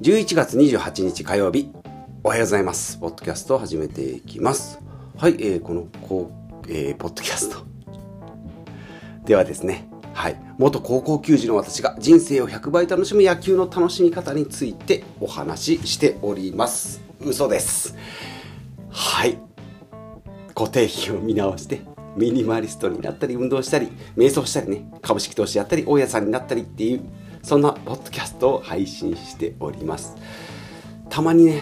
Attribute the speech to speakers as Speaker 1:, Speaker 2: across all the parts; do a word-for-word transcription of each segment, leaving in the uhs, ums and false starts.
Speaker 1: じゅういちがつにじゅうはちにち火曜日、おはようございます。ポッドキャストを始めていきます。はい、えー、このこう、えー、ポッドキャストではですね、はい、元高校球児の私が人生をひゃくばい楽しむ野球の楽しみ方についてお話ししております。嘘です。はい、固定費を見直してミニマリストになったり、運動したり、瞑想したりね、株式投資やったり、大家さんになったりっていう、そんなポッドキャストを配信しております。たまにね、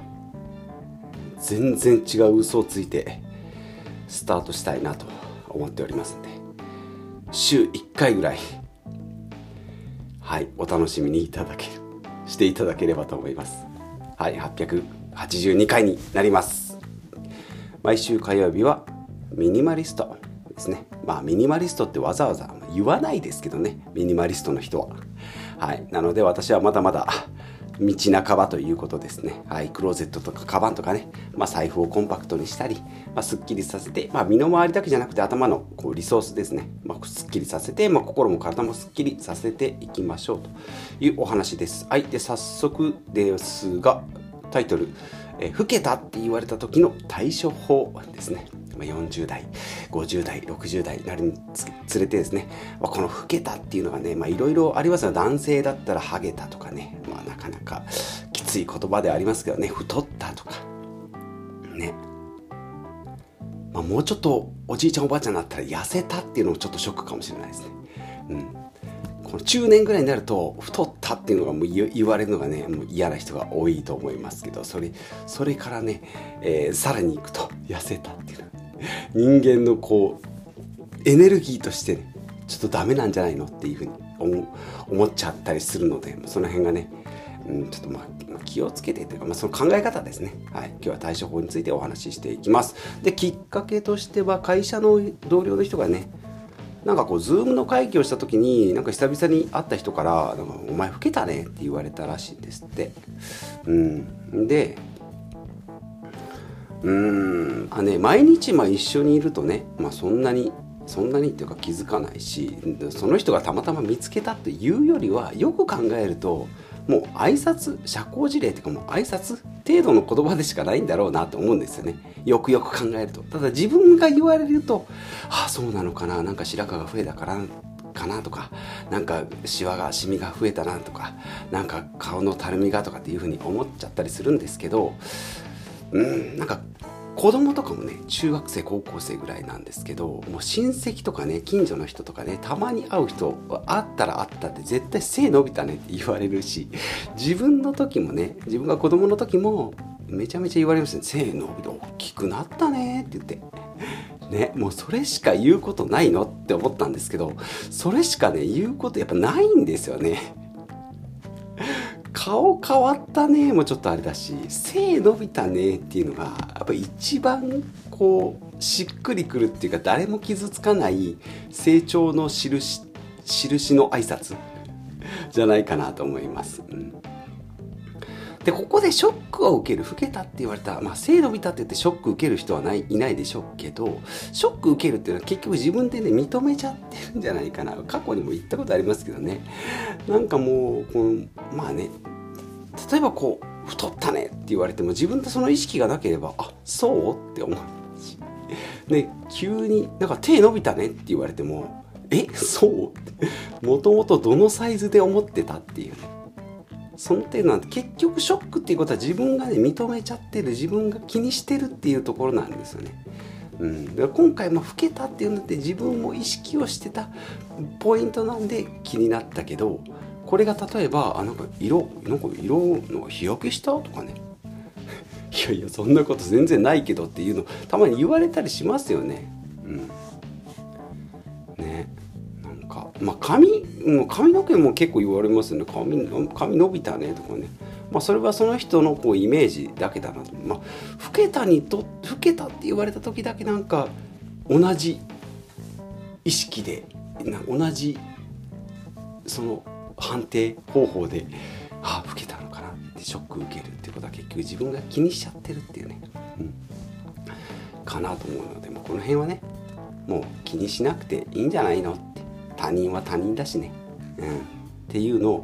Speaker 1: 全然違う嘘をついてスタートしたいなと思っておりますので、週いっかいぐらい、はい、お楽しみにいただける、していただければと思います。はい、はっぴゃくはちじゅうにかいになります。毎週火曜日はミニマリストですね。まあミニマリストってわざわざ言わないですけどね、ミニマリストの人は。はい、なので私はまだまだ道半ばということですね。はい、クローゼットとかカバンとかね、まあ、財布をコンパクトにしたり、まあ、すっきりさせて、まあ、身の回りだけじゃなくて頭のこうリソースですね、まあ、すっきりさせて、まあ、心も体もすっきりさせていきましょうというお話です。はい、で早速ですが、タイトル、え老けたって言われた時の対処法ですね。よんじゅうだい、ごじゅうだい、ろくじゅうだいになるにつれてですね、まあ、この老けたっていうのがね、まあいろいろありますよ。男性だったらハゲたとかね、まあなかなかきつい言葉ではありますけどね、太ったとかね、まあ、もうちょっとおじいちゃんおばあちゃんになったら痩せたっていうのもちょっとショックかもしれないですね。うん、この中年ぐらいになると太ったっていうのがもう言われるのがね、もう嫌な人が多いと思いますけど、それそれからね、えー、さらにいくと痩せたっていうのは人間のこうエネルギーとしてね、ちょっとダメなんじゃないのっていうふうに 思, 思っちゃったりするので、その辺がね、うん、ちょっとまあ気をつけてというか、まあ、その考え方ですね。はい、今日は対処法についてお話ししていきます。で、きっかけとしては会社の同僚の人がね、なんかこうズームの会議をした時に、なんか久々に会った人からなんかお前老けたねって言われたらしいんですって。うん、でうーんあね、毎日まあ一緒にいるとね、まあ、そんなにそんなにっていうか気づかないし、その人がたまたま見つけたっていうよりは、よく考えるともう挨拶、社交辞令っていうか、もう挨拶程度の言葉でしかないんだろうなと思うんですよね。よくよく考えると。ただ自分が言われると、ああそうなのかな、なんか白髪が増えたからかなとか、なんかシワがシミが増えたなとか、なんか顔のたるみがとかっていうふうに思っちゃったりするんですけど、うん、なんか子供とかもね、中学生高校生ぐらいなんですけど、もう親戚とかね、近所の人とかね、たまに会う人、会ったら会ったって絶対背伸びたねって言われるし、自分の時もね、自分が子供の時もめちゃめちゃ言われましたね。背伸びて大きくなったねって言ってね、もうそれしか言うことないのって思ったんですけど、それしかね言うことやっぱないんですよね。顔変わったねもちょっとあれだし、背伸びたねっていうのがやっぱ一番こうしっくりくるっていうか、誰も傷つかない成長の印印の挨拶じゃないかなと思います。うん、でここでショックを受ける、老けたって言われた、まあ背伸びたって言ってショック受ける人はないいないでしょうけど、ショック受けるっていうのは結局自分でね認めちゃってるんじゃないかな。過去にも言ったことありますけどね。なんかもうこのまあね、例えばこう太ったねって言われても、自分とその意識がなければ、あそうって思うし、で急になんか手伸びたねって言われても、えそうってもともとどのサイズで思ってたっていうね、その程度なんて、結局ショックっていうことは自分がね認めちゃってる、自分が気にしてるっていうところなんですよね。うん、だから今回も老けたっていうのって自分も意識をしてたポイントなんで気になったけど、これが例えば、あなんか色なんか色の日焼けしたとかねいやいやそんなこと全然ないけどっていうのたまに言われたりしますよね。うんね、なんかまあ髪髪の毛も結構言われますよね。髪髪伸びたねとかね。まあそれはその人のこうイメージだけだなと。まあ老けたにと老けたって言われた時だけなんか同じ意識でな同じその判定方法で、ああ老けたのかなってショック受けるっていうことは、結局自分が気にしちゃってるっていうね、うん、かなと思うので、もうこの辺はねもう気にしなくていいんじゃないのって、他人は他人だしね、うん、っていうのを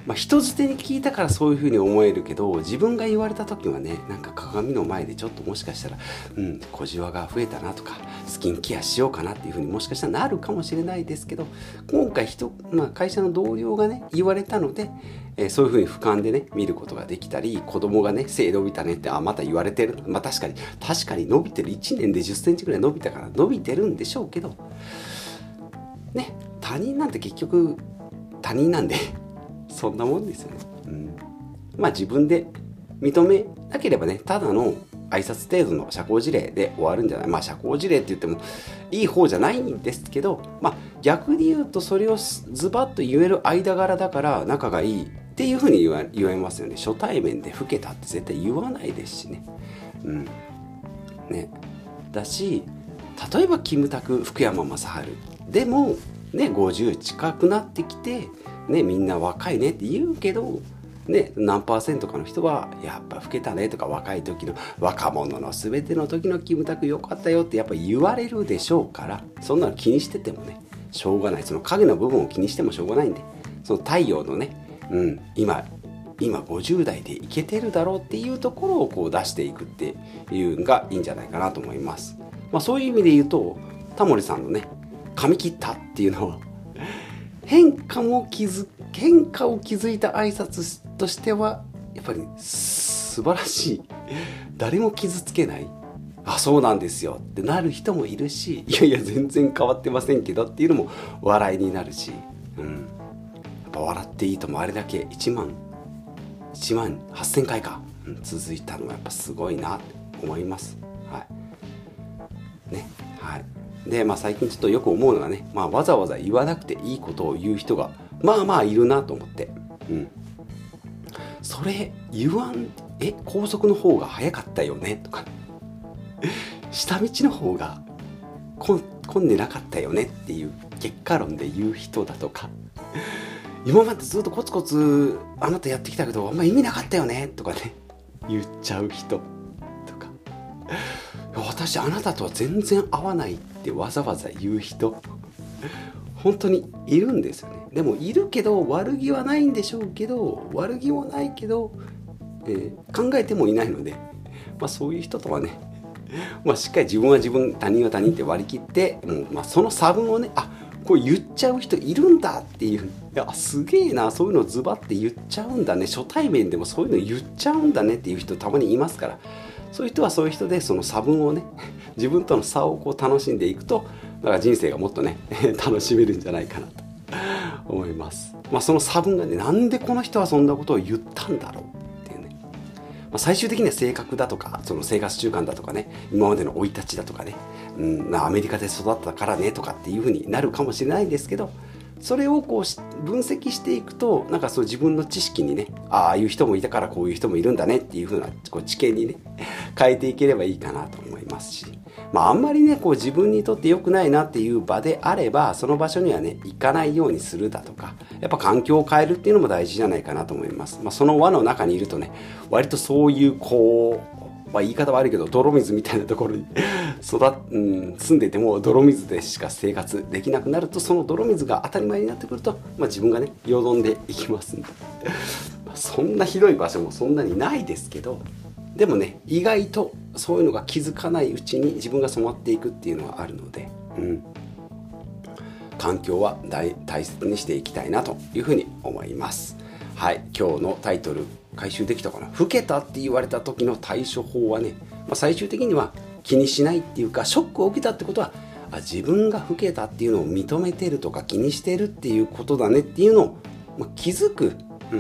Speaker 1: まあ、人づてに聞いたからそういうふうに思えるけど、自分が言われた時はね、なんか鏡の前でちょっともしかしたら、うん、小じわが増えたなとか、スキンケアしようかなっていうふうにもしかしたらなるかもしれないですけど、今回人、まあ、会社の同僚がね言われたので、えー、そういうふうに俯瞰でね見ることができたり、子供がね背伸びたねって、あまた言われてる、まあ確かに確かに伸びてる、いちねんでじゅっセンチぐらい伸びたから伸びてるんでしょうけどね、他人なんて結局他人なんでそんなもんですよね、うん、まあ自分で認めなければね、ただの挨拶程度の社交辞令で終わるんじゃない。まあ社交辞令って言ってもいい方じゃないんですけど、まあ逆に言うとそれをズバッと言える間柄だから仲がいいっていうふうに言わ言われますよね。初対面で老けたって絶対言わないですしね。うんね。だし、例えばキムタク、福山雅治でもねごじゅう近くなってきてね、みんな若いねって言うけどね、何パーセントかの人はやっぱ老けたねとか、若い時の若者の全ての時のキムタク良かったよってやっぱ言われるでしょうから、そんなの気にしててもねしょうがない。その影の部分を気にしてもしょうがないんで、その太陽のね、うん、今今ごじゅう代でいけてるだろうっていうところをこう出していくっていうのがいいんじゃないかなと思います。まあ、そういう意味で言うとタモリさんのね髪切ったっていうのは変化も気づ変化を気づいた挨拶としてはやっぱり素晴らしい。誰も傷つけない、あそうなんですよってなる人もいるし、いやいや全然変わってませんけどっていうのも笑いになるし、うん、やっぱ笑っていいともあれだけいちまんいちまんはっせんかいか、うん、続いたのはやっぱすごいなって思います。はいね、はいで、まあ、最近ちょっとよく思うのがね、まあ、わざわざ言わなくていいことを言う人がまあまあいるなと思って、うん、それ言わん、え高速の方が早かったよねとか下道の方が混んでなかったよねっていう結果論で言う人だとか、今までずっとコツコツあなたやってきたけどあんま意味なかったよねとかね言っちゃう人とか、私あなたとは全然合わないってわざわざ言う人本当にいるんですよね。でもいるけど悪気はないんでしょうけど、悪気もないけど、えー、考えてもいないので、まあ、そういう人とはね、まあ、しっかり自分は自分他人は他人って割り切って、もうまあその差分をね、あこう言っちゃう人いるんだっていう、いやすげえな、そういうのズバって言っちゃうんだね、初対面でもそういうの言っちゃうんだねっていう人たまにいますから、そういう人はそういう人でその差分をね、自分との差をこう楽しんでいくと、だから人生がもっとね楽しめるんじゃないかなと思います。まあその差分がね、なんでこの人はそんなことを言ったんだろうっていうね、まあ、最終的には性格だとかその生活習慣だとかね、今までの生い立ちだとかね、うん、アメリカで育ったからねとかっていう風になるかもしれないんですけど、それをこう分析していくと、なんかそう自分の知識にね、ああいう人もいたからこういう人もいるんだねっていう風なこう知見にね変えていければいいかなと思いますし、まああんまりねこう自分にとって良くないなっていう場であれば、その場所にはね行かないようにするだとか、やっぱ環境を変えるっていうのも大事じゃないかなと思います。まあその輪の中にいるとね、割とそういうこうまあ、言い方悪いけど泥水みたいなところに育っ、うん、住んでても泥水でしか生活できなくなると、その泥水が当たり前になってくると、まあ、自分がねよどんでいきますんでまあそんなひどい場所もそんなにないですけど、でもね意外とそういうのが気づかないうちに自分が染まっていくっていうのはあるので、うん、環境は 大, 大切にしていきたいなというふうに思います。はい、今日のタイトル回収できたかな。老けたって言われた時の対処法はね、まあ、最終的には気にしないっていうか、ショックを受けたってことは、あ自分が老けたっていうのを認めてるとか気にしてるっていうことだねっていうのを、まあ、気づく、うん、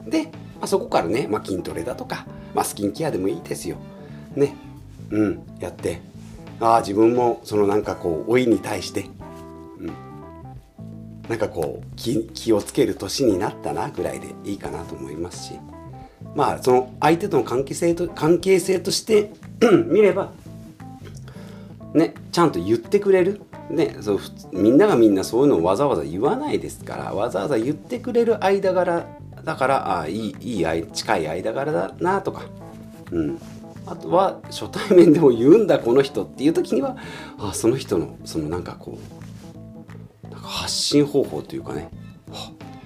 Speaker 1: で、まあ、そこからね、まあ、筋トレだとか、まあ、スキンケアでもいいですよね、うん、やって、あ自分もそのなんかこう老いに対して、うんなんかこう 気, 気をつける年になったなぐらいでいいかなと思いますし、まあその相手との関係性と関係性として見ればね、ちゃんと言ってくれる、ね、そうみんながみんなそういうのをわざわざ言わないですから、わざわざ言ってくれる間柄だから、あいいいい近い間柄だなとか、うん、あとは初対面でも言うんだこの人っていう時には、あその人のそのなんかこう発信方法というかね、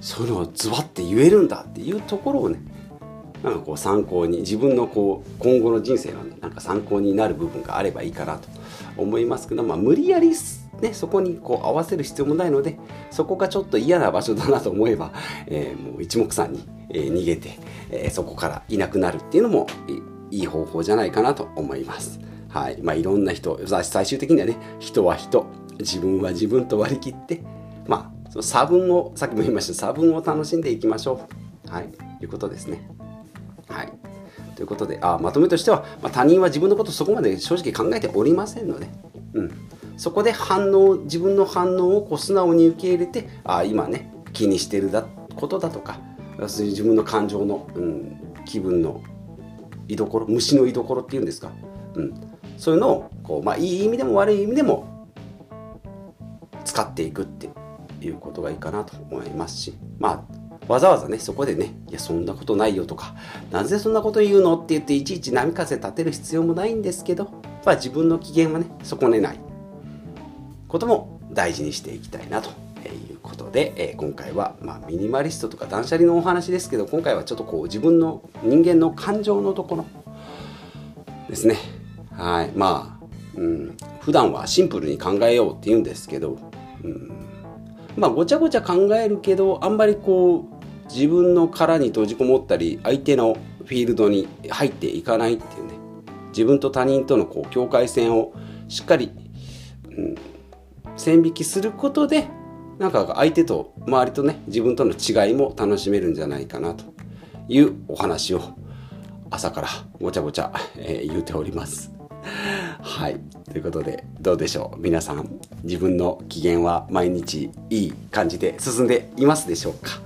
Speaker 1: そういうのをズバッて言えるんだっていうところをね、なんかこう参考に、自分のこう今後の人生のね、なんか参考になる部分があればいいかなと思いますけど、まあ無理やりね、そこにこう合わせる必要もないので、そこがちょっと嫌な場所だなと思えば、えー、もう一目散に、えー、逃げて、えー、そこからいなくなるっていうのもいい方法じゃないかなと思います。はい。まあいろんな人、最終的にはね、人は人、自分は自分と割り切って、まあその差分を、さっきも言いました、差分を楽しんでいきましょう。はい。ということですね。はい。ということで、あ、まとめとしては、まあ、他人は自分のことをそこまで正直考えておりませんので、うん。そこで反応、自分の反応をこう素直に受け入れて、あ、今ね、気にしてるだことだとか、自分の感情の、うん、気分の居所、虫の居所っていうんですか、うん、そういうのをこう、まあ、いい意味でも悪い意味でも使っていくっていうことがいいかなと思いますし、まあわざわざね、そこでね、いやそんなことないよとか、なぜそんなこと言うのって言っていちいち波風立てる必要もないんですけど、まあ、自分の機嫌はね損ねないことも大事にしていきたいなということで、えー、今回は、まあ、ミニマリストとか断捨離のお話ですけど、今回はちょっとこう自分の人間の感情のところですね。はい。まあ、うん、普段はシンプルに考えようって言うんですけど、うん、まあごちゃごちゃ考えるけど、あんまりこう自分の殻に閉じこもったり、相手のフィールドに入っていかないっていうね、自分と他人とのこう境界線をしっかり、うん、線引きすることで、なんか相手と周りとね、自分との違いも楽しめるんじゃないかなというお話を朝からごちゃごちゃ、えー、言うております。はい。ということで、どうでしょう。皆さん、自分の機嫌は毎日いい感じで進んでいますでしょうか。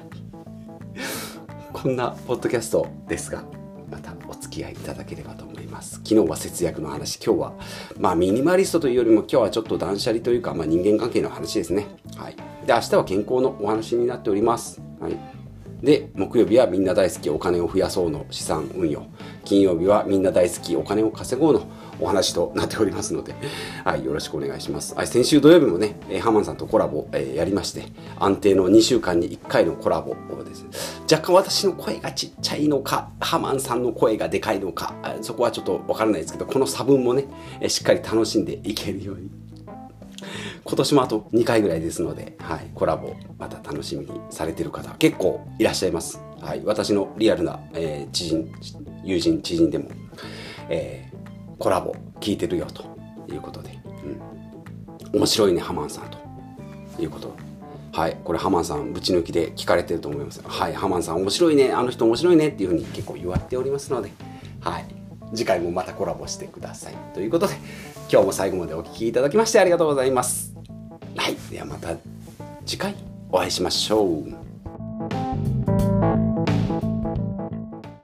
Speaker 1: こんなポッドキャストですが、またお付き合いいただければと思います。昨日は節約の話、今日は、まあ、ミニマリストというよりも今日はちょっと断捨離というか、まあ、人間関係の話ですね。はい。で、明日は健康のお話になっております。はい。で、木曜日はみんな大好きお金を増やそうの資産運用。金曜日はみんな大好きお金を稼ごうのお話となっておりますので、はい、よろしくお願いします。はい、先週土曜日もね、ハマンさんとコラボ、えー、やりまして、安定のにしゅうかんにいっかいのコラボです。若干私の声がちっちゃいのか、ハマンさんの声がでかいのか、そこはちょっとわからないですけど、この差分もね、しっかり楽しんでいけるように。今年もあとにかいぐらいですので、はい、コラボまた楽しみにされている方結構いらっしゃいます。はい、私のリアルな、えー、知人、友人、知人でも、えー、コラボ聞いてるよということで、うん、面白いねハマンさんということ。はい、これハマンさんぶち抜きで聞かれてると思います。はい、ハマンさん面白いね、あの人面白いねっていうふうに結構言われておりますので、はい、次回もまたコラボしてくださいということで、今日も最後までお聞きいただきましてありがとうございます。はい、ではまた次回お会いしましょう。